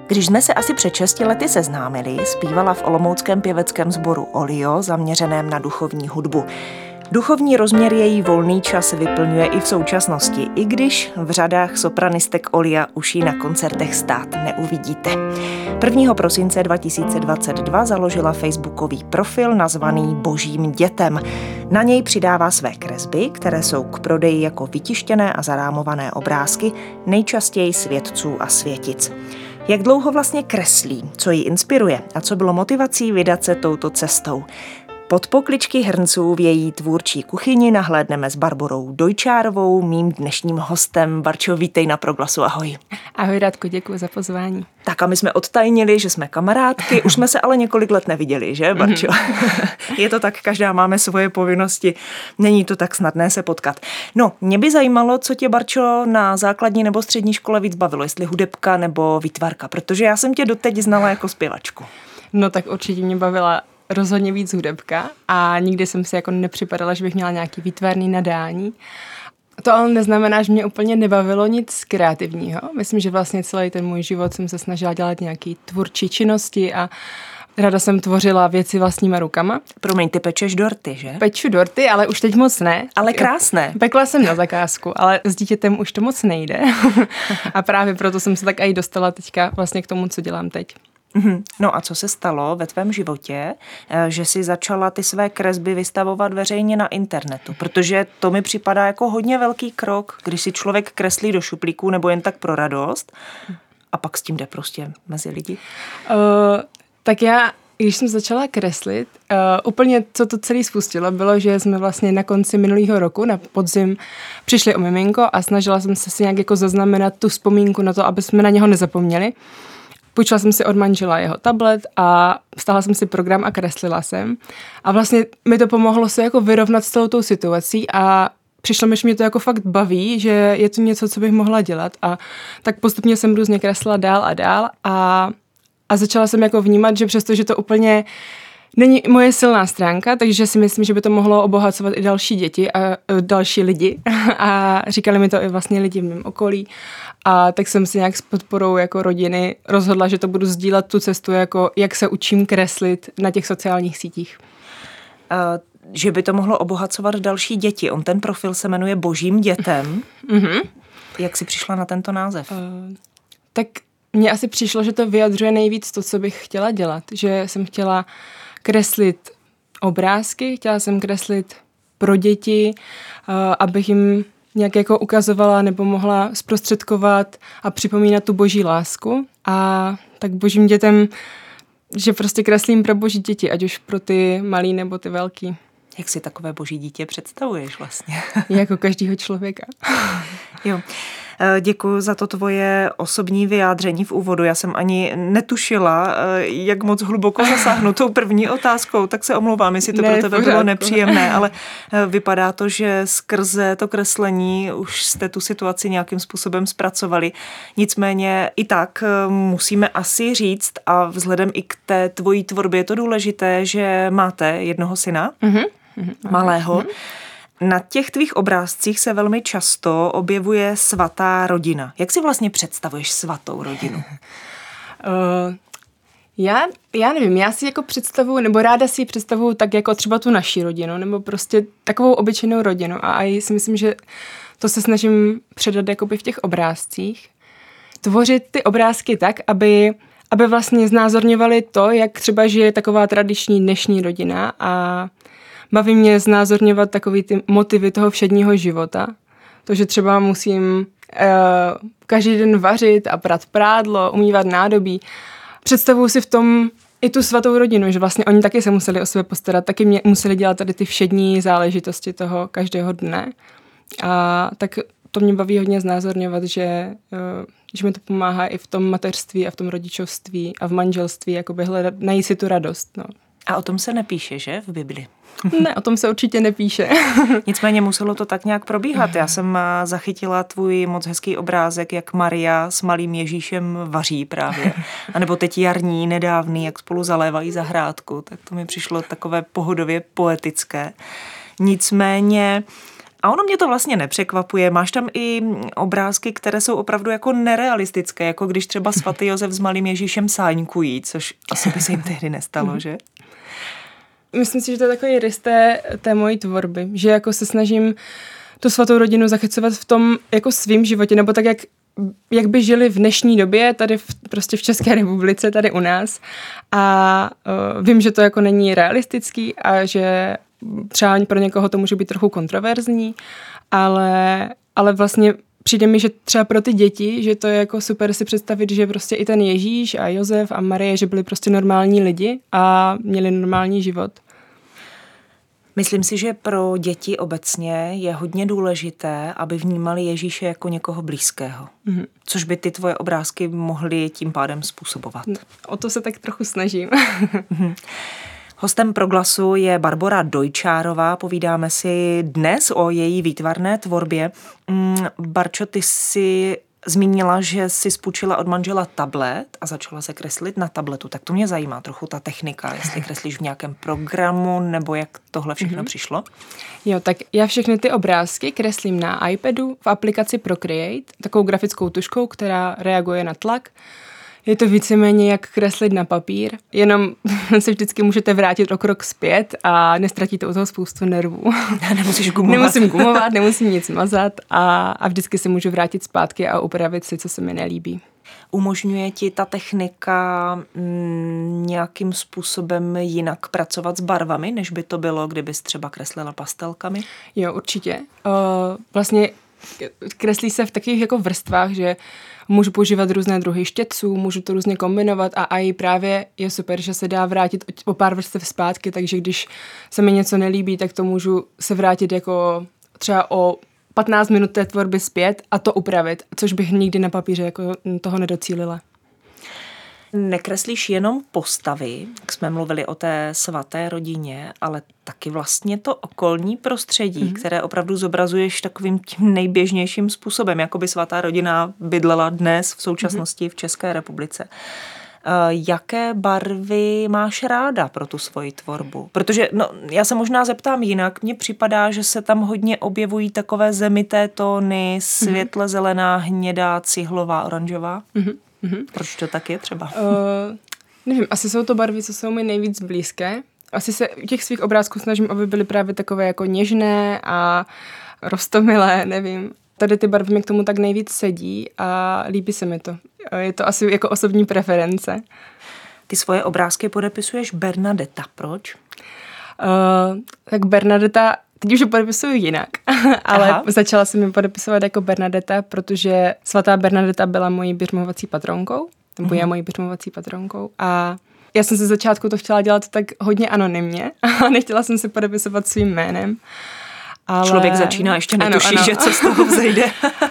Když jsme se asi před 6 lety seznámili, zpívala v olomouckém pěveckém sboru Olio, zaměřeném na duchovní hudbu. Duchovní rozměr její volný čas vyplňuje i v současnosti, i když v řadách sopranistek Olia už ji na koncertech stát neuvidíte. 1. prosince 2022 založila facebookový profil nazvaný Božím dětem. Na něj přidává své kresby, které jsou k prodeji jako vytištěné a zarámované obrázky, nejčastěji světců a světic. Jak dlouho vlastně kreslí, co ji inspiruje a co bylo motivací vydat se touto cestou? Pod pokličky hrnců v její tvůrčí kuchyni nahlédneme s Barborou Dojčárovou, mým dnešním hostem. Barčo, vítej na Proglasu, ahoj. Ahoj Radko, děkuji za pozvání. Tak a my jsme odtajnili, že jsme kamarádky, už jsme se ale několik let neviděli, že Barčo? Je to tak, každá máme svoje povinnosti, není to tak snadné se potkat. No, mě by zajímalo, co tě, Barčo, na základní nebo střední škole víc bavilo, jestli hudebka nebo výtvarka, protože já jsem tě doteď znala jako zpěvačku. No tak určitě mě bavila rozhodně víc hudebka a nikdy jsem si jako nepřipadala, že bych měla nějaký výtvarný nadání. To ale neznamená, že mě úplně nebavilo nic kreativního. Myslím, že vlastně celý ten můj život jsem se snažila dělat nějaký tvůrčí činnosti a ráda jsem tvořila věci vlastníma rukama. Promiň, ty pečeš dorty, že? Peču dorty, ale už teď moc ne. Ale krásné. Pekla jsem na zakázku, ale s dítětem už to moc nejde. A právě proto jsem se tak i dostala teďka vlastně k tomu, co dělám teď. No a co se stalo ve tvém životě, že jsi začala ty své kresby vystavovat veřejně na internetu? Protože to mi připadá jako hodně velký krok, když si člověk kreslí do šuplíku nebo jen tak pro radost a pak s tím jde prostě mezi lidi. Tak já, když jsem začala kreslit, úplně co to celé spustilo, bylo, že jsme vlastně na konci minulého roku, na podzim, přišli o miminko a snažila jsem se si nějak jako zaznamenat tu vzpomínku na to, aby jsme na něho nezapomněli. Půjčila jsem si od manžela jeho tablet a stáhla jsem si program a kreslila jsem. A vlastně mi to pomohlo se jako vyrovnat s celou tou situací a přišlo mi, že mě to jako fakt baví, že je to něco, co bych mohla dělat. A tak postupně jsem různě kreslila dál a dál a začala jsem jako vnímat, že přesto, že to úplně není moje silná stránka, takže si myslím, že by to mohlo obohacovat i další děti a další lidi. A říkali mi to i vlastně lidi v mém okolí. A tak jsem si nějak s podporou jako rodiny rozhodla, že to budu sdílet tu cestu, jako jak se učím kreslit na těch sociálních sítích. Že by to mohlo obohacovat další děti. On ten profil se jmenuje Božím dětem. Jak jsi přišla na tento název? Tak mně asi přišlo, že to vyjadřuje nejvíc to, co bych chtěla dělat. Že jsem chtěla kreslit obrázky, chtěla jsem kreslit pro děti, abych jim nějak jako ukazovala nebo mohla zprostředkovat a připomínat tu boží lásku. A tak božím dětem, že prostě kreslím pro boží děti, ať už pro ty malý nebo ty velký. Jak si takové boží dítě představuješ vlastně? Jako každýho člověka. Jo. Děkuji za to tvoje osobní vyjádření v úvodu. Já jsem ani netušila, jak moc hluboko zasáhnu tou první otázkou, tak se omlouvám, jestli to pro tebe bylo nepříjemné, ale vypadá to, že skrze to kreslení už jste tu situaci nějakým způsobem zpracovali. Nicméně i tak musíme asi říct, a vzhledem i k té tvojí tvorbě je to důležité, že máte jednoho syna, malého. Na těch tvých obrázcích se velmi často objevuje svatá rodina. Jak si vlastně představuješ svatou rodinu? Já nevím, já si jako představuji, nebo ráda si ji představuji tak jako třeba tu naši rodinu, nebo prostě takovou obyčejnou rodinu. A já si myslím, že to se snažím předat jakoby v těch obrázcích. Tvořit ty obrázky tak, aby vlastně znázorňovaly to, jak třeba žije taková tradiční dnešní rodina a baví mě znázorňovat takový ty motivy toho všedního života. To, že třeba musím každý den vařit a prát prádlo, umývat nádobí. Představuju si v tom i tu svatou rodinu, že vlastně oni taky se museli o sebe postarat, taky museli dělat tady ty všední záležitosti toho každého dne. A tak to mě baví hodně znázorňovat, že mi to pomáhá i v tom mateřství a v tom rodičovství a v manželství, jakoby najít si tu radost. No. A o tom se nepíše, že, v Bibli? Ne, o tom se určitě nepíše. Nicméně muselo to tak nějak probíhat. Já jsem zachytila tvůj moc hezký obrázek, jak Maria s malým Ježíšem vaří právě. A nebo teď jarní, nedávný, jak spolu zalévají zahrádku. Tak to mi přišlo takové pohodově poetické. Nicméně A ono mě to vlastně nepřekvapuje. Máš tam i obrázky, které jsou opravdu jako nerealistické, jako když třeba svatý Josef s malým Ježíšem sáňkují, což asi by se jim tehdy nestalo, že? Myslím si, že to je takový rys té mojí tvorby, že jako se snažím tu svatou rodinu zachycovat v tom jako svým životě, nebo tak, jak by žili v dnešní době tady prostě v České republice, tady u nás. A vím, že to jako není realistický a že třeba pro někoho to může být trochu kontroverzní, ale vlastně přijde mi, že třeba pro ty děti, že to je jako super si představit, že prostě i ten Ježíš a Josef a Marie, že byli prostě normální lidi a měli normální život. Myslím si, že pro děti obecně je hodně důležité, aby vnímali Ježíše jako někoho blízkého. Mm-hmm. Což by ty tvoje obrázky mohly tím pádem způsobovat. O to se tak trochu snažím. Hostem Proglasu je Barbora Dojčárová. Povídáme si dnes o její výtvarné tvorbě. Barčo, ty jsi zmínila, že jsi spůjčila od manžela tablet a začala se kreslit na tabletu. Tak to mě zajímá trochu ta technika, jestli kreslíš v nějakém programu nebo jak tohle všechno přišlo. Jo, tak já všechny ty obrázky kreslím na iPadu v aplikaci Procreate, takovou grafickou tuškou, která reaguje na tlak. Je to víceméně jak kreslit na papír, jenom se vždycky můžete vrátit o krok zpět a nestratíte u toho spoustu nervů. Nemusíš gumovat. Nemusím gumovat, nemusím nic mazat a vždycky se můžu vrátit zpátky a upravit si, co se mi nelíbí. Umožňuje ti ta technika nějakým způsobem jinak pracovat s barvami, než by to bylo, kdybys třeba kreslila pastelkami? Jo, určitě. Vlastně kreslí se v takových jako vrstvách, že můžu používat různé druhy štětců, můžu to různě kombinovat a i právě je super, že se dá vrátit o pár vrstev zpátky, takže když se mi něco nelíbí, tak to můžu se vrátit jako třeba o 15 minut té tvorby zpět a to upravit, což bych nikdy na papíře jako toho nedocílila. Nekreslíš jenom postavy, jak jsme mluvili o té svaté rodině, ale taky vlastně to okolní prostředí, které opravdu zobrazuješ takovým tím nejběžnějším způsobem, jako by svatá rodina bydlela dnes v současnosti v České republice. Jaké barvy máš ráda pro tu svoji tvorbu? Protože já se možná zeptám jinak, mně připadá, že se tam hodně objevují takové zemité tóny, světle zelená, hnědá, cihlová, oranžová. Proč to tak je třeba? Nevím, asi jsou to barvy, co jsou mi nejvíc blízké. Asi se u těch svých obrázků snažím, aby byly právě takové jako něžné a roztomilé, nevím. Tady ty barvy mi k tomu tak nejvíc sedí a líbí se mi to. Je to asi jako osobní preference. Ty svoje obrázky podepisuješ Bernadetta. Proč? Tak Bernadetta, teď už ho podepisuju jinak, ale začala jsem mi podepisovat jako Bernadetta, protože svatá Bernadetta byla mojí běžmovací patronkou, nebo je mojí běžmovací patronkou a já jsem se začátku to chtěla dělat tak hodně anonymně a nechtěla jsem si podepisovat svým jménem. Ale... Člověk začíná, ještě netuší, že co z toho vzejde.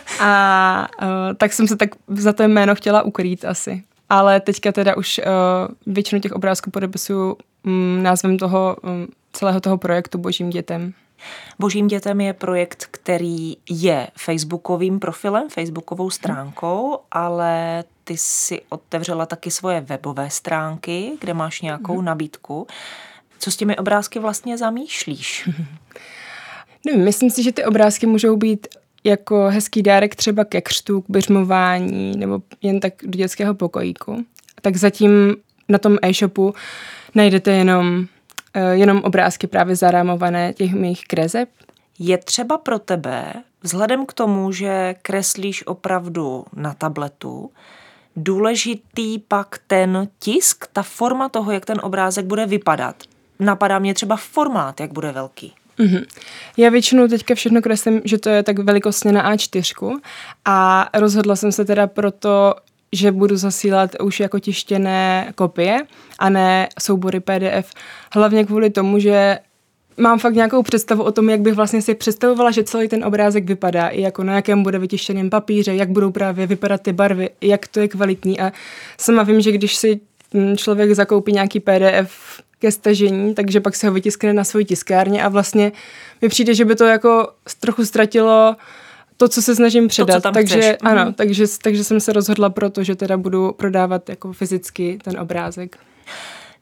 Tak jsem se tak za to jméno chtěla ukrýt asi. Ale teďka teda už většinu těch obrázků podepisuju názvem toho celého toho projektu Božím dětem. Božím dětem je projekt, který je facebookovým profilem, facebookovou stránkou, ale ty si otevřela taky svoje webové stránky, kde máš nějakou nabídku. Co s těmi obrázky vlastně zamýšlíš? Nevím, myslím si, že ty obrázky můžou být jako hezký dárek třeba ke křtu, k běžmování nebo jen tak do dětského pokojíku. Tak zatím na tom e-shopu najdete jenom obrázky právě zarámované těch mých kreseb. Je třeba pro tebe, vzhledem k tomu, že kreslíš opravdu na tabletu, důležitý pak ten tisk, ta forma toho, jak ten obrázek bude vypadat? Napadá mě třeba formát, jak bude velký. Já většinou teďka všechno kreslím, že to je tak velikostně na A4 a rozhodla jsem se teda proto, že budu zasílat už jako tištěné kopie a ne soubory PDF. Hlavně kvůli tomu, že mám fakt nějakou představu o tom, jak bych vlastně si představovala, že celý ten obrázek vypadá, i jako na jakém bude vytištěném papíře, jak budou právě vypadat ty barvy, jak to je kvalitní. A sama vím, že když si člověk zakoupí nějaký PDF ke stažení, takže pak se ho vytiskne na svoji tiskárně a vlastně mi přijde, že by to jako trochu ztratilo to, co se snažím předat. Takže ano, takže jsem se rozhodla pro to, že teda budu prodávat jako fyzicky ten obrázek.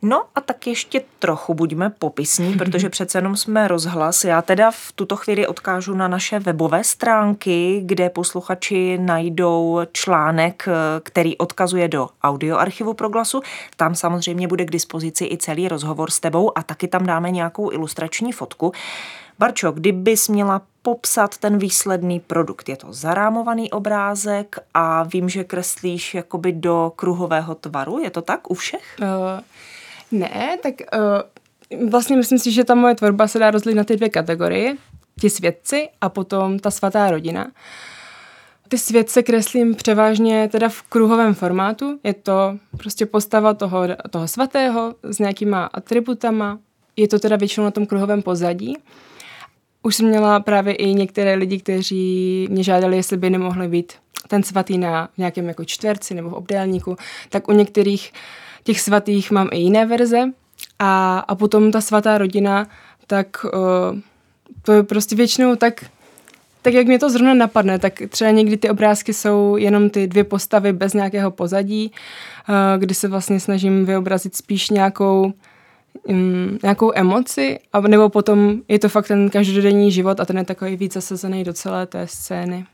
No a tak ještě trochu buďme popisní, protože přece jenom jsme rozhlas. Já teda v tuto chvíli odkážu na naše webové stránky, kde posluchači najdou článek, který odkazuje do audioarchivu Proglasu. Tam samozřejmě bude k dispozici i celý rozhovor s tebou a taky tam dáme nějakou ilustrační fotku. Barčo, kdybys měla popsat ten výsledný produkt, je to zarámovaný obrázek a vím, že kreslíš jakoby do kruhového tvaru, je to tak u všech? Ne, tak vlastně myslím si, že ta moje tvorba se dá rozdělit na ty dvě kategorie, ti svědci a potom ta svatá rodina. Ty svědce kreslím převážně teda v kruhovém formátu, je to prostě postava toho svatého s nějakýma atributama, je to teda většinou na tom kruhovém pozadí. Už jsem měla právě i některé lidi, kteří mě žádali, jestli by nemohli být ten svatý na nějakém jako čtverci nebo v obdélníku, tak u některých těch svatých mám i jiné verze a potom ta svatá rodina, tak to je prostě většinou tak, jak mě to zrovna napadne, tak třeba někdy ty obrázky jsou jenom ty dvě postavy bez nějakého pozadí, kdy se vlastně snažím vyobrazit spíš nějakou emoci, nebo potom je to fakt ten každodenní život a ten je takový víc zasazený do celé té scény.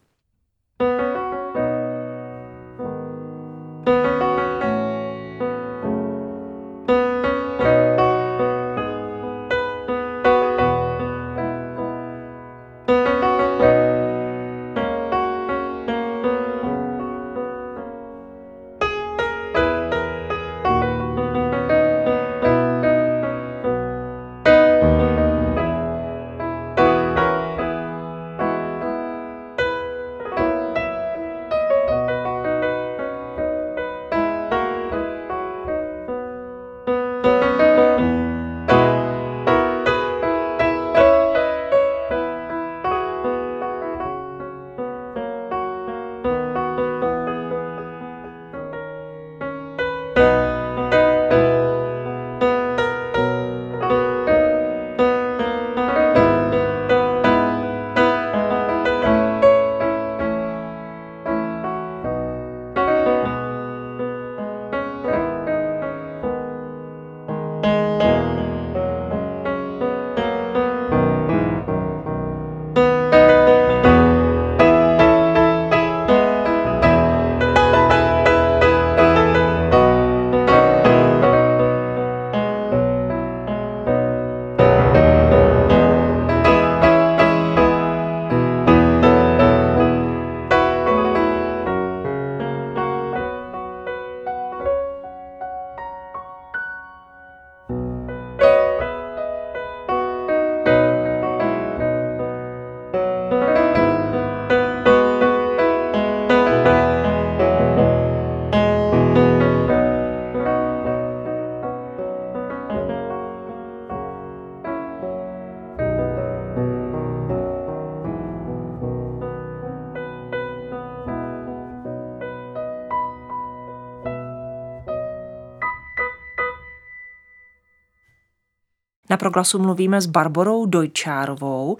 Na Proglasu mluvíme s Barborou Dojčárovou.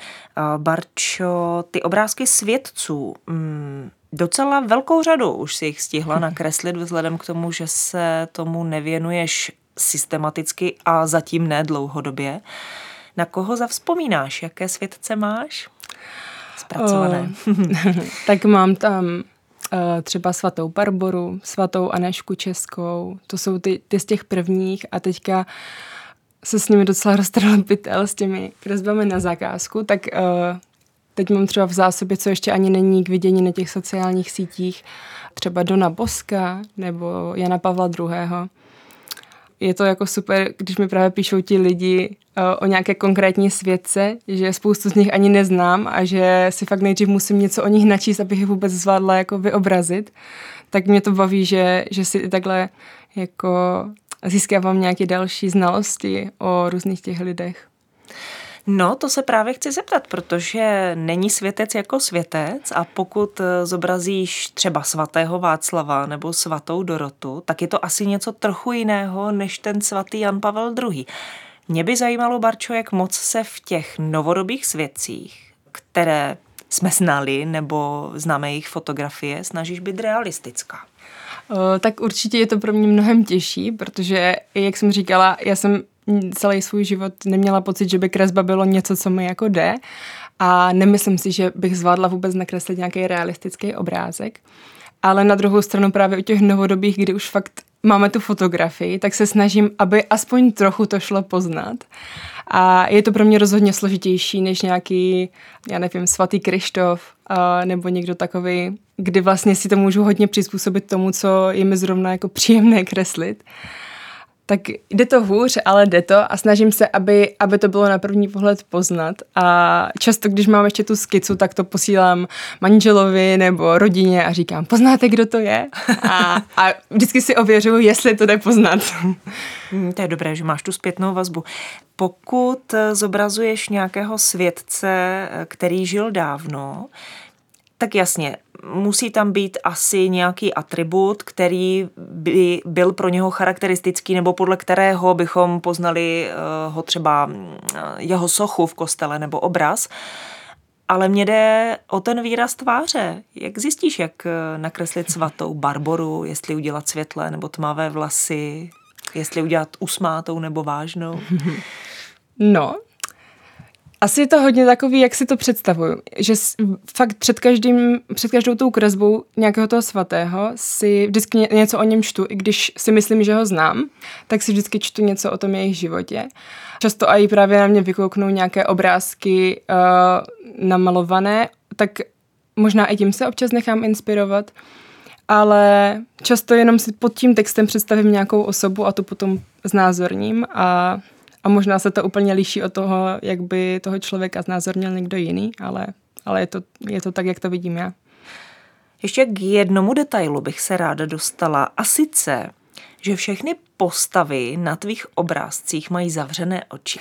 Barčo, ty obrázky svědců, docela velkou řadu už si jich stihla nakreslit vzhledem k tomu, že se tomu nevěnuješ systematicky a zatím ne dlouhodobě. Na koho zavzpomínáš? Jaké svědce máš zpracované? Tak mám tam třeba svatou Barboru, svatou Anežku Českou, to jsou ty z těch prvních a teďka se s nimi docela roztrhl pytel s těmi kresbami na zakázku, tak teď mám třeba v zásobě, co ještě ani není k vidění na těch sociálních sítích, třeba Dona Boska nebo Jana Pavla II. Je to jako super, když mi právě píšou ti lidi o nějaké konkrétní svědce, že spoustu z nich ani neznám a že si fakt nejdřív musím něco o nich načíst, abych je vůbec zvládla jako vyobrazit. Tak mě to baví, že si i takhle jako získávám nějaké další znalosti o různých těch lidech. No, to se právě chci zeptat, protože není světec jako světec a pokud zobrazíš třeba svatého Václava nebo svatou Dorotu, tak je to asi něco trochu jiného než ten svatý Jan Pavel II. Mě by zajímalo, Barčo, jak moc se v těch novodobých světcích, které jsme znali nebo známe jejich fotografie, snažíš být realistická. Tak určitě je to pro mě mnohem těžší, protože, jak jsem říkala, já jsem celý svůj život neměla pocit, že by kresba bylo něco, co mi jako jde a nemyslím si, že bych zvládla vůbec nakreslit nějaký realistický obrázek. Ale na druhou stranu právě u těch novodobých, kdy už fakt máme tu fotografii, tak se snažím, aby aspoň trochu to šlo poznat. A je to pro mě rozhodně složitější než nějaký, já nevím, svatý Krištof nebo někdo takový, kdy vlastně si to můžu hodně přizpůsobit tomu, co je mi zrovna jako příjemné kreslit. Tak jde to hůř, ale jde to a snažím se, aby to bylo na první pohled poznat. A často, když mám ještě tu skicu, tak to posílám manželovi nebo rodině a říkám, poznáte, kdo to je? A vždycky si ověřuju, jestli to jde poznat. To je dobré, že máš tu zpětnou vazbu. Pokud zobrazuješ nějakého světce, který žil dávno, tak jasně, musí tam být asi nějaký atribut, který by byl pro něho charakteristický, nebo podle kterého bychom poznali ho třeba jeho sochu v kostele nebo obraz. Ale mně jde o ten výraz tváře. Jak zjistíš, jak nakreslit svatou Barboru, jestli udělat světlé nebo tmavé vlasy, jestli udělat usmátou nebo vážnou? No, asi je to hodně takový, jak si to představuju, že fakt před každou tou kresbou nějakého toho svatého si vždycky něco o něm čtu, i když si myslím, že ho znám, tak si vždycky čtu něco o tom jejich životě. Často i právě na mě vykouknou nějaké obrázky namalované, tak možná i tím se občas nechám inspirovat, ale často jenom si pod tím textem představím nějakou osobu a to potom znázorním a možná se to úplně liší od toho, jak by toho člověka znázornil někdo jiný, ale je to tak, jak to vidím já. Ještě k jednomu detailu bych se ráda dostala, a sice, že všechny postavy na tvých obrázcích mají zavřené oči.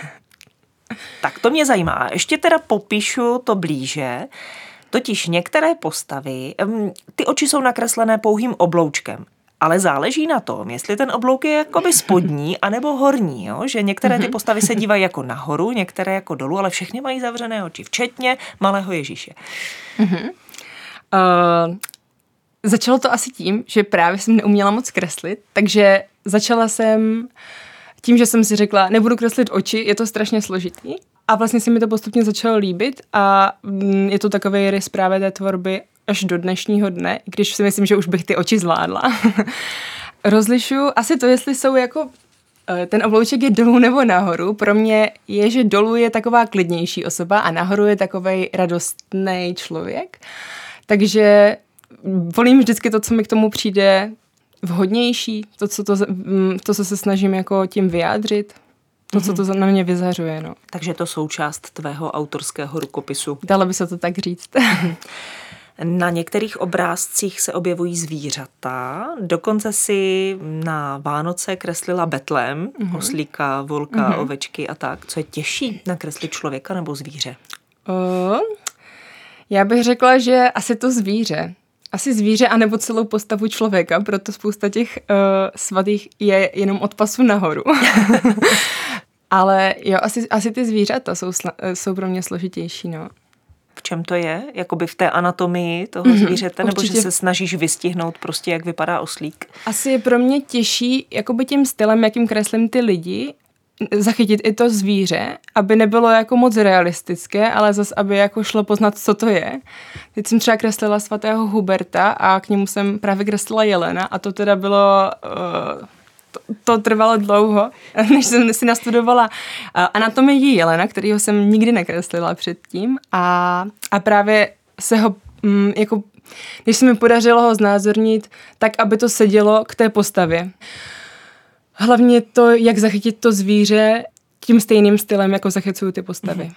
Tak to mě zajímá. Ještě teda popíšu to blíže. Totiž některé postavy, ty oči jsou nakreslené pouhým obloučkem. Ale záleží na tom, jestli ten oblouk je jakoby spodní anebo horní, jo? Že některé ty postavy se dívají jako nahoru, některé jako dolů, ale všechny mají zavřené oči, včetně malého Ježíše. Začalo to asi tím, že právě jsem neuměla moc kreslit, takže začala jsem tím, že jsem si řekla, nebudu kreslit oči, je to strašně složitý. A vlastně se mi to postupně začalo líbit a je to takový rys právě té tvorby až do dnešního dne, když si myslím, že už bych ty oči zvládla. Rozlišuju asi to, jestli jsou jako ten oblouček je dolů nebo nahoru. Pro mě je, že dolů je taková klidnější osoba a nahoru je takovej radostný člověk. Takže volím vždycky to, co mi k tomu přijde vhodnější, to, co se snažím jako tím vyjádřit, co to na mě vyzařuje. No. Takže to součást tvého autorského rukopisu. Dalo by se to tak říct. Na některých obrázcích se objevují zvířata, dokonce si na Vánoce kreslila Betlém, oslíka, volka, ovečky a tak. Co je těžší, nakreslit člověka nebo zvíře? Já bych řekla, že asi to zvíře. Asi zvíře anebo celou postavu člověka, proto spousta těch svatých je jenom od pasu nahoru. Ale jo, asi ty zvířata jsou pro mě složitější, no. V čem to je? Jakoby v té anatomii toho zvířete? Nebo určitě. že se snažíš vystihnout prostě, jak vypadá oslík? Asi je pro mě těžší jakoby tím stylem, jakým kreslím ty lidi, zachytit i to zvíře, aby nebylo jako moc realistické, ale zas, aby jako šlo poznat, co to je. Teď jsem třeba kreslila svatého Huberta a k němu jsem právě kreslila jelena a to teda bylo... To trvalo dlouho, než jsem si nastudovala anatomii jelena, kterýho jsem nikdy nekreslila předtím a právě se ho, jako, když se mi podařilo ho znázornit, tak aby to sedělo k té postavě. Hlavně to, jak zachytit to zvíře tím stejným stylem, jako zachycuju ty postavy.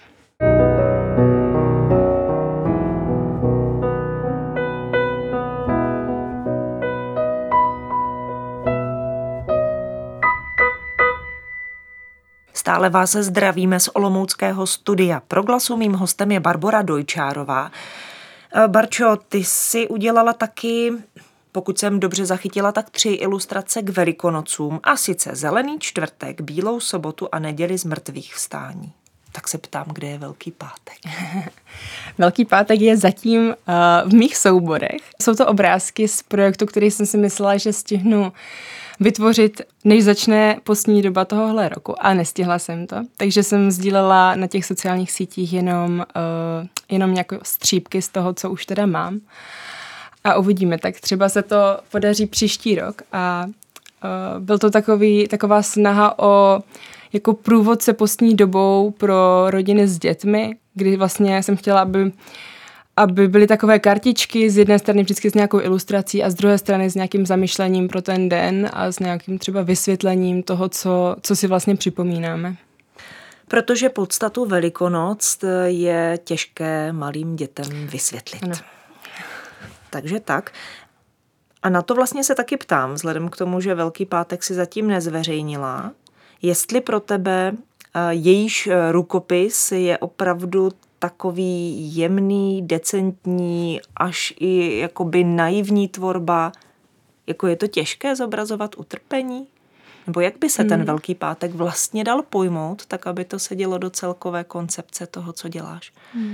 Stále vás zdravíme z olomouckého studia Proglasu. Mým hostem je Barbora Dojčárová. Barčo, ty jsi udělala taky, pokud jsem dobře zachytila, tak 3 ilustrace k Velikonocům, a sice Zelený čtvrtek, Bílou sobotu a Neděli z mrtvých vstání. Tak se ptám, kde je Velký pátek? Velký pátek je zatím v mých souborech. Jsou to obrázky z projektu, který jsem si myslela, že stihnu vytvořit, než začne postní doba tohohle roku. A nestihla jsem to. Takže jsem sdílela na těch sociálních sítích jenom nějaké střípky z toho, co už teda mám. A uvidíme, tak třeba se to podaří příští rok. A byl to taková snaha o jako průvodce postní dobou pro rodiny s dětmi, kdy vlastně jsem chtěla, aby byly takové kartičky, z jedné strany vždycky s nějakou ilustrací a z druhé strany s nějakým zamyšlením pro ten den a s nějakým třeba vysvětlením toho, co si vlastně připomínáme. Protože podstatu Velikonoc je těžké malým dětem vysvětlit. Ano. Takže tak. A na to vlastně se taky ptám, vzhledem k tomu, že Velký pátek si zatím nezveřejnila, jestli pro tebe jejíž rukopis je opravdu takový jemný, decentní, až i jakoby naivní tvorba. Jako je to těžké zobrazovat utrpení? Nebo jak by se ten Velký pátek vlastně dal pojmout, tak aby to sedělo do celkové koncepce toho, co děláš?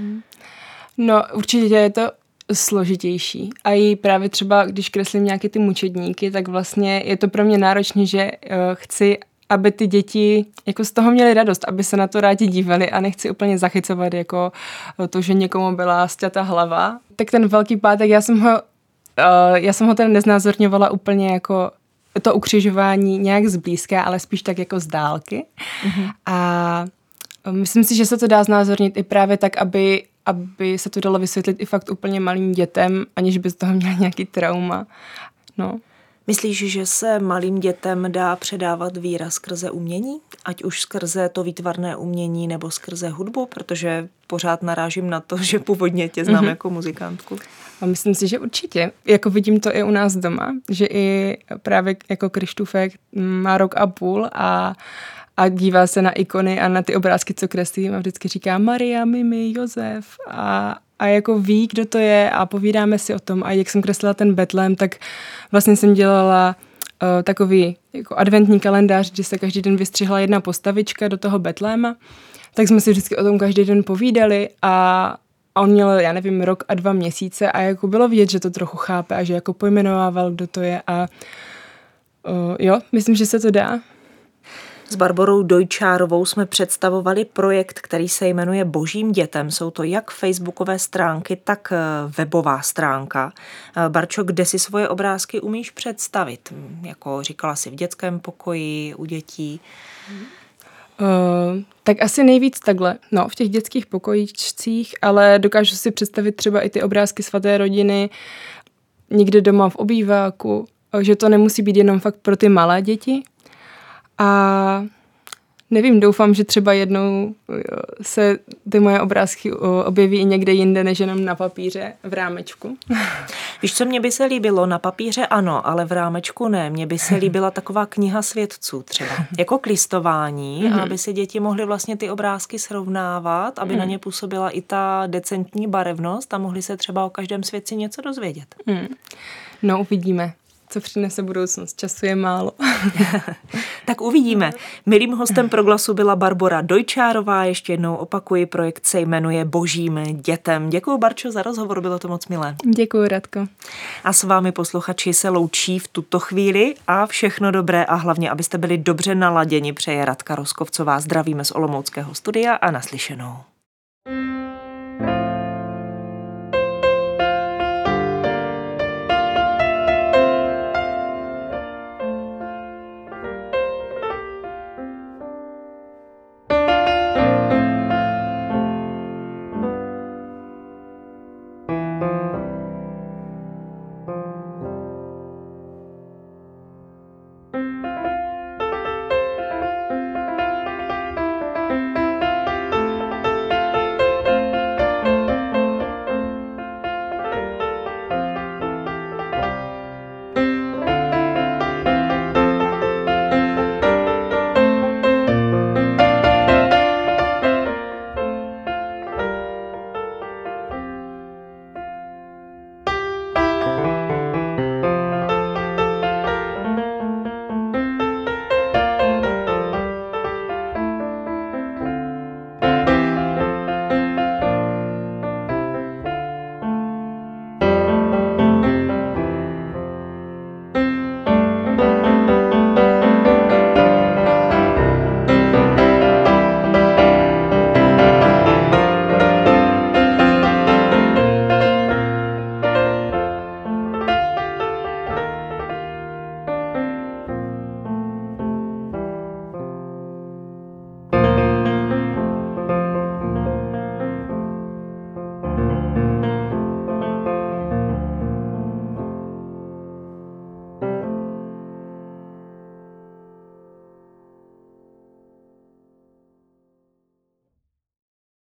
No, určitě je to složitější. A i právě třeba, když kreslím nějaké ty mučedníky, tak vlastně je to pro mě náročné, že chci, aby ty děti jako z toho měly radost, aby se na to rádi dívali a nechci úplně zachycovat jako to, že někomu byla sťata hlava. Tak ten Velký pátek, já jsem ho teda neznázorňovala úplně jako to ukřižování nějak zblízka, ale spíš tak jako z dálky. Mm-hmm. A myslím si, že se to dá znázornit i právě tak, aby se to dalo vysvětlit i fakt úplně malým dětem, aniž by z toho měl nějaký trauma. No. Myslíš, že se malým dětem dá předávat víra skrze umění? Ať už skrze to výtvarné umění nebo skrze hudbu? Protože pořád narážím na to, že původně tě znám jako muzikantku. A myslím si, že určitě. Jako vidím to i u nás doma, že i právě jako Krištůfek má 1,5 roku a dívá se na ikony a na ty obrázky, co kreslím a vždycky říká Maria, Mimi, Josef a jako ví, kdo to je a povídáme si o tom. A jak jsem kreslila ten Betlém, tak vlastně jsem dělala takový jako adventní kalendář, kde se každý den vystřihla jedna postavička do toho Betléma. Tak jsme si vždycky o tom každý den povídali a on měl, já nevím, 1 rok a 2 měsíce a jako bylo vidět, že to trochu chápe a že jako pojmenovával, kdo to je a jo, myslím, že se to dá. S Barborou Dojčárovou jsme představovali projekt, který se jmenuje Božím dětem. Jsou to jak facebookové stránky, tak webová stránka. Barčo, kde si svoje obrázky umíš představit? Jako říkala jsi v dětském pokoji, u dětí? Tak asi nejvíc takhle, v těch dětských pokojíčcích, ale dokážu si představit třeba i ty obrázky svaté rodiny někde doma v obýváku, že to nemusí být jenom fakt pro ty malé děti. A nevím, doufám, že třeba jednou se ty moje obrázky objeví i někde jinde, než jenom na papíře v rámečku. Víš, co mě by se líbilo? Na papíře ano, ale v rámečku ne. Mně by se líbila taková kniha svědců třeba. Jako k listování, aby si děti mohly vlastně ty obrázky srovnávat, aby na ně působila i ta decentní barevnost a mohli se třeba o každém svědci něco dozvědět. No, uvidíme. Co přinese budoucnost. Času je málo. Tak uvidíme. Milým hostem Proglasu byla Barbora Dojčárová. Ještě jednou opakuji, projekt se jmenuje Božím dětem. Děkuji, Barčo, za rozhovor, bylo to moc milé. Děkuji, Radko. A s vámi posluchači se loučí v tuto chvíli a všechno dobré a hlavně, abyste byli dobře naladěni, přeje Radka Roskovcová. Zdravíme z olomouckého studia a naslyšenou.